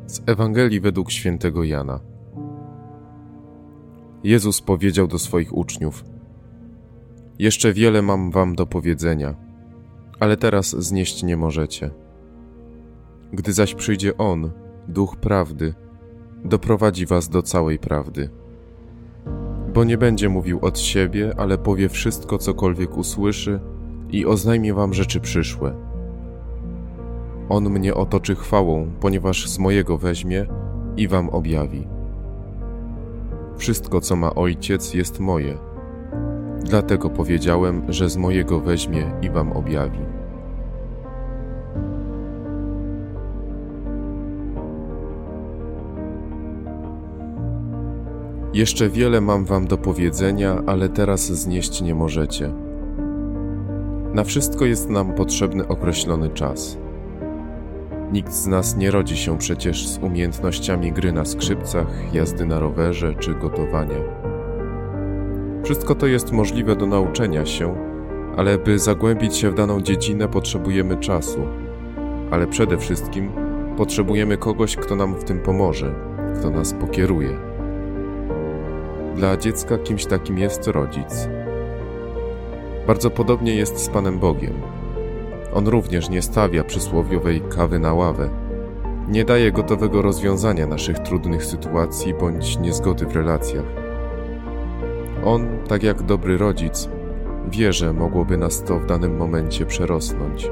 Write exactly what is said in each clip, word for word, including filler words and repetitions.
Z Ewangelii według świętego Jana. Jezus powiedział do swoich uczniów: Jeszcze wiele mam wam do powiedzenia, ale teraz znieść nie możecie. Gdy zaś przyjdzie On, Duch Prawdy, doprowadzi was do całej prawdy. Bo nie będzie mówił od siebie, ale powie wszystko, cokolwiek usłyszy i oznajmie wam rzeczy przyszłe. On mnie otoczy chwałą, ponieważ z mojego weźmie i wam objawi. Wszystko, co ma Ojciec, jest moje. Dlatego powiedziałem, że z mojego weźmie i wam objawi. Jeszcze wiele mam wam do powiedzenia, ale teraz znieść nie możecie. Na wszystko jest nam potrzebny określony czas. Nikt z nas nie rodzi się przecież z umiejętnościami gry na skrzypcach, jazdy na rowerze czy gotowania. Wszystko to jest możliwe do nauczenia się, ale by zagłębić się w daną dziedzinę, potrzebujemy czasu. Ale przede wszystkim potrzebujemy kogoś, kto nam w tym pomoże, kto nas pokieruje. Dla dziecka kimś takim jest rodzic. Bardzo podobnie jest z Panem Bogiem. On również nie stawia przysłowiowej kawy na ławę. Nie daje gotowego rozwiązania naszych trudnych sytuacji bądź niezgody w relacjach. On, tak jak dobry rodzic, wie, że mogłoby nas to w danym momencie przerosnąć.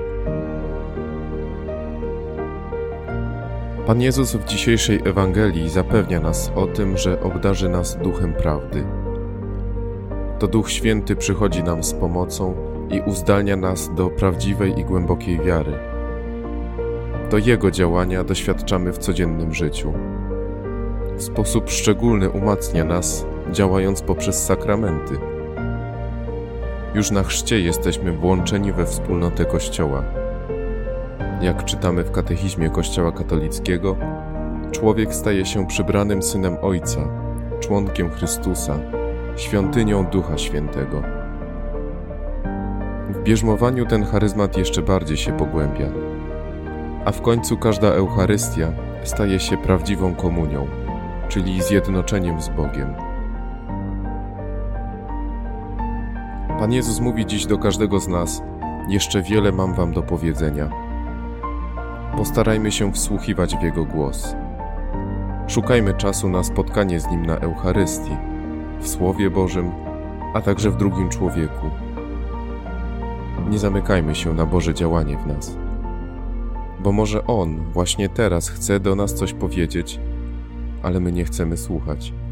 Pan Jezus w dzisiejszej Ewangelii zapewnia nas o tym, że obdarzy nas Duchem Prawdy. To Duch Święty przychodzi nam z pomocą i uzdalnia nas do prawdziwej i głębokiej wiary. To Jego działania doświadczamy w codziennym życiu. W sposób szczególny umacnia nas, działając poprzez sakramenty. Już na chrzcie jesteśmy włączeni we wspólnotę Kościoła. Jak czytamy w katechizmie Kościoła katolickiego, człowiek staje się przybranym synem Ojca, członkiem Chrystusa, świątynią Ducha Świętego. W bierzmowaniu ten charyzmat jeszcze bardziej się pogłębia, a w końcu każda Eucharystia staje się prawdziwą komunią, czyli zjednoczeniem z Bogiem. Pan Jezus mówi dziś do każdego z nas: jeszcze wiele mam wam do powiedzenia. Postarajmy się wsłuchiwać w Jego głos. Szukajmy czasu na spotkanie z Nim na Eucharystii, w Słowie Bożym, a także w drugim człowieku. Nie zamykajmy się na Boże działanie w nas, bo może On właśnie teraz chce do nas coś powiedzieć, ale my nie chcemy słuchać.